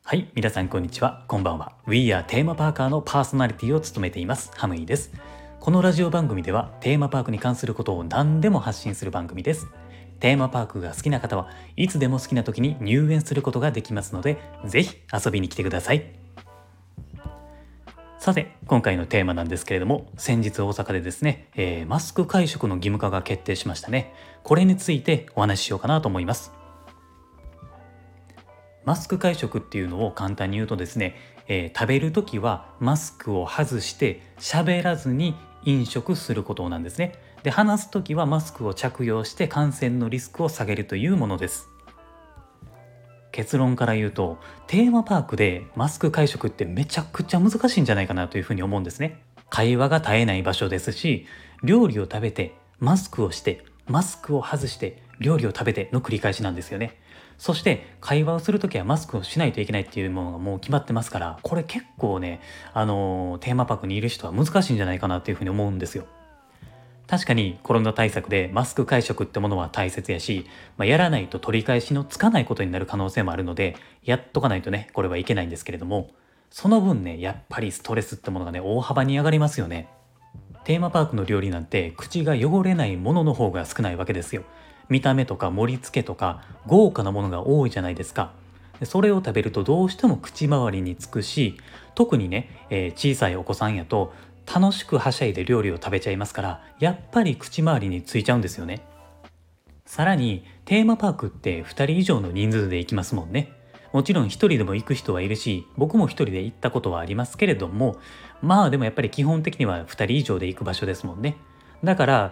はい、皆さんこんにちは、こんばんは。We are テーマパーカーのパーソナリティを務めていますハムイです。このラジオ番組ではテーマパークに関することを何でも発信する番組です。テーマパークが好きな方はいつでも好きな時に入園することができますので、ぜひ遊びに来てください。さて、今回のテーマなんですけれども、先日大阪でですね、マスク会食の義務化が決定しましたね。これについてお話ししようかなと思います。マスク会食っていうのを簡単に言うとですね、食べるときはマスクを外して喋らずに飲食することなんですね。で、話すときはマスクを着用して感染のリスクを下げるというものです。結論から言うと、テーマパークでマスク会食ってめちゃくちゃ難しいんじゃないかなというふうに思うんですね。会話が絶えない場所ですし、料理を食べてマスクをしてマスクを外して料理を食べての繰り返しなんですよね。そして会話をするときはマスクをしないといけないっていうものがもう決まってますから、これ結構ね、テーマパークにいる人は難しいんじゃないかなっていうふうに思うんですよ。確かにコロナ対策でマスク会食ってものは大切やし、やらないと取り返しのつかないことになる可能性もあるので、やっとかないとね、これはいけないんですけれども、その分ね、やっぱりストレスってものがね、大幅に上がりますよね。テーマパークの料理なんて口が汚れないものの方が少ないわけですよ。見た目とか盛り付けとか豪華なものが多いじゃないですか。でそれを食べるとどうしても口周りにつくし、特にね、小さいお子さんやと楽しくはしゃいで料理を食べちゃいますから、やっぱり口周りについちゃうんですよね。さらにテーマパークって2人以上の人数で行きますもんね。もちろん1人でも行く人はいるし、僕も1人で行ったことはありますけれども、でもやっぱり基本的には2人以上で行く場所ですもんね。だから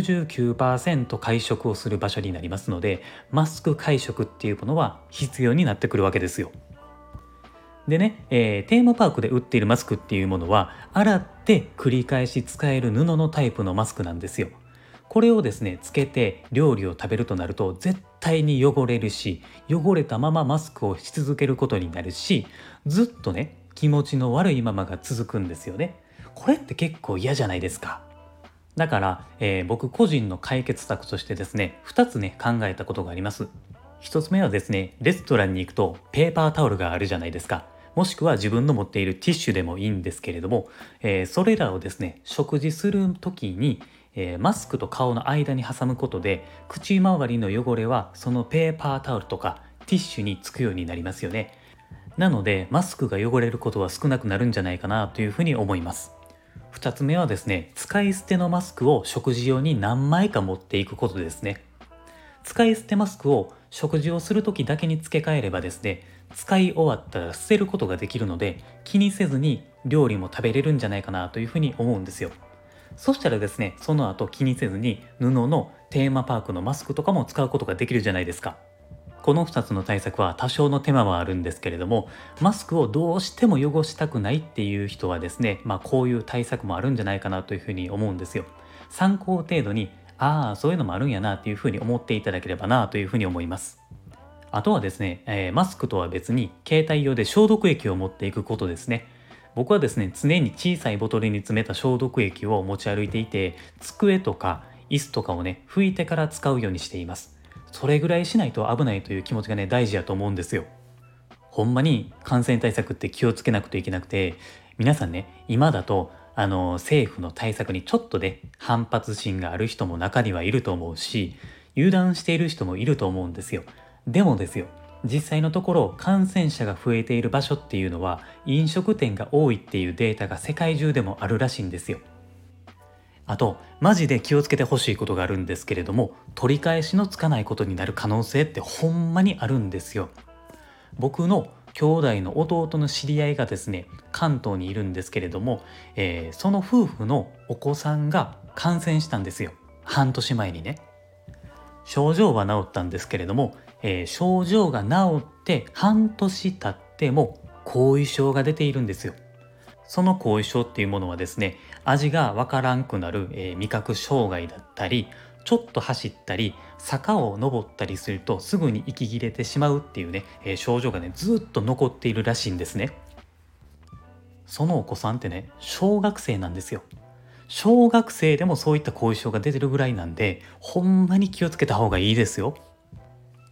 99%会食をする場所になりますので、マスク会食っていうものは必要になってくるわけですよ。でね、テーマパークで売っているマスクっていうものは洗って繰り返し使える布のタイプのマスクなんですよ。これをですねつけて料理を食べるとなると絶対に汚れるし、汚れたままマスクをし続けることになるし、ずっとね気持ちの悪いままが続くんですよね。これって結構嫌じゃないですか。だから、僕個人の解決策としてですね2つね考えたことがあります。1つ目はですね、レストランに行くとペーパータオルがあるじゃないですか。もしくは自分の持っているティッシュでもいいんですけれども、それらをですね食事する時に、マスクと顔の間に挟むことで口周りの汚れはそのペーパータオルとかティッシュにつくようになりますよね。なのでマスクが汚れることは少なくなるんじゃないかなというふうに思います。2つ目はですね、使い捨てのマスクを食事用に何枚か持っていくことですね。使い捨てマスクを食事をするときだけに付け替えればですね、使い終わったら捨てることができるので、気にせずに料理も食べれるんじゃないかなというふうに思うんですよ。そしたらですね、その後気にせずに布のテーマパークのマスクとかも使うことができるじゃないですか。この2つの対策は多少の手間はあるんですけれども、マスクをどうしても汚したくないっていう人はですね、こういう対策もあるんじゃないかなというふうに思うんですよ。参考程度に、ああ、そういうのもあるんやなっていうふうに思っていただければなというふうに思います。あとはですね、マスクとは別に携帯用で消毒液を持っていくことですね。僕はですね、常に小さいボトルに詰めた消毒液を持ち歩いていて、机とか椅子とかをね、拭いてから使うようにしています。それぐらいしないと危ないという気持ちがね、大事やと思うんですよ。ほんまに感染対策って気をつけなくといけなくて、皆さんね、今だと政府の対策にちょっとで反発心がある人も中にはいると思うし、油断している人もいると思うんですよ。でもですよ、実際のところ感染者が増えている場所っていうのは飲食店が多いっていうデータが世界中でもあるらしいんですよ。あと、マジで気をつけてほしいことがあるんですけれども、取り返しのつかないことになる可能性ってほんまにあるんですよ。僕の兄弟の弟の知り合いがですね、関東にいるんですけれども、その夫婦のお子さんが感染したんですよ。半年前にね。症状は治ったんですけれども、症状が治って半年経っても後遺症が出ているんですよ。その後遺症っていうものはですね、味がわからんくなる、味覚障害だったり、ちょっと走ったり、坂を登ったりするとすぐに息切れてしまうっていうね、症状がね、ずっと残っているらしいんですね。そのお子さんってね、小学生なんですよ。小学生でもそういった後遺症が出てるぐらいなんで、ほんまに気をつけた方がいいですよ。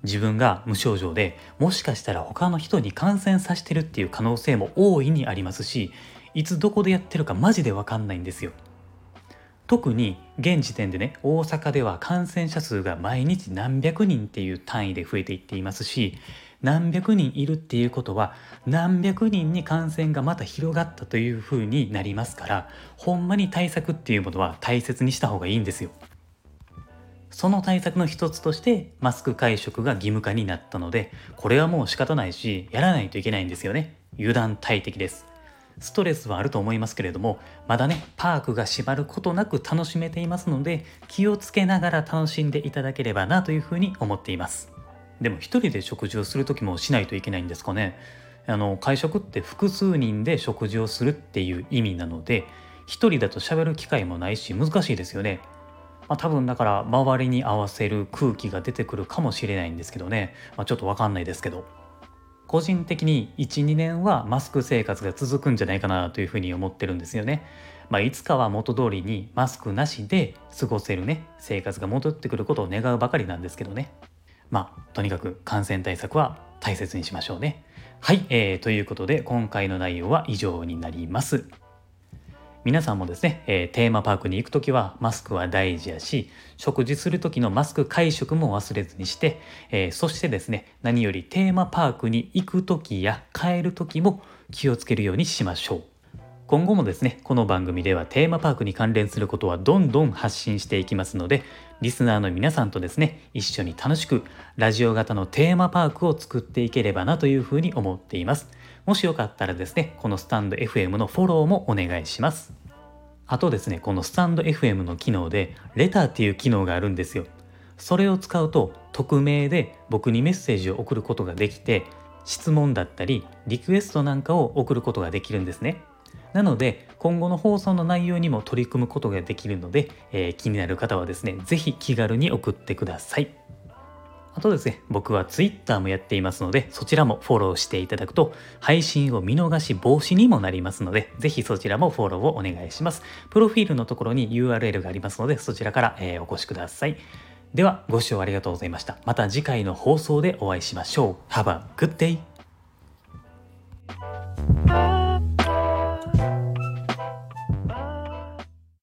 自分が無症状で、もしかしたら他の人に感染させてるっていう可能性も大いにありますし、いつどこでやってるかマジでわかんないんですよ。特に現時点でね、大阪では感染者数が毎日何百人っていう単位で増えていっていますし、何百人いるっていうことは何百人に感染がまた広がったというふうになりますから、ほんまに対策っていうものは大切にした方がいいんですよ。その対策の一つとしてマスク会食が義務化になったので、これはもう仕方ないし、やらないといけないんですよね。油断大敵です。ストレスはあると思いますけれども、まだね、パークが閉まることなく楽しめていますので、気をつけながら楽しんでいただければなというふうに思っています。でも一人で食事をするときもしないといけないんですかね。会食って複数人で食事をするっていう意味なので、一人だと喋る機会もないし難しいですよね。多分だから周りに合わせる空気が出てくるかもしれないんですけどね。ちょっとわかんないですけど。個人的に1、2年はマスク生活が続くんじゃないかなというふうに思ってるんですよね。いつかは元通りにマスクなしで過ごせるね、生活が戻ってくることを願うばかりなんですけどね。とにかく感染対策は大切にしましょうね。はい、ということで今回の内容は以上になります。皆さんもですね、テーマパークに行くときはマスクは大事やし、食事する時のマスク会食も忘れずにして、そしてですね、何よりテーマパークに行くときや帰るときも気をつけるようにしましょう。今後もですね、この番組ではテーマパークに関連することはどんどん発信していきますので、リスナーの皆さんとですね、一緒に楽しくラジオ型のテーマパークを作っていければなというふうに思っています。もしよかったらですね、このスタンド FM のフォローもお願いします。あとですね、このスタンド FM の機能でレターっていう機能があるんですよ。それを使うと匿名で僕にメッセージを送ることができて、質問だったりリクエストなんかを送ることができるんですね。なので今後の放送の内容にも取り組むことができるので、気になる方はですね、ぜひ気軽に送ってください。あとですね、僕は Twitter もやっていますので、そちらもフォローしていただくと、配信を見逃し防止にもなりますので、ぜひそちらもフォローをお願いします。プロフィールのところに URL がありますので、そちらから、お越しください。では、ご視聴ありがとうございました。また次回の放送でお会いしましょう。Have a good day!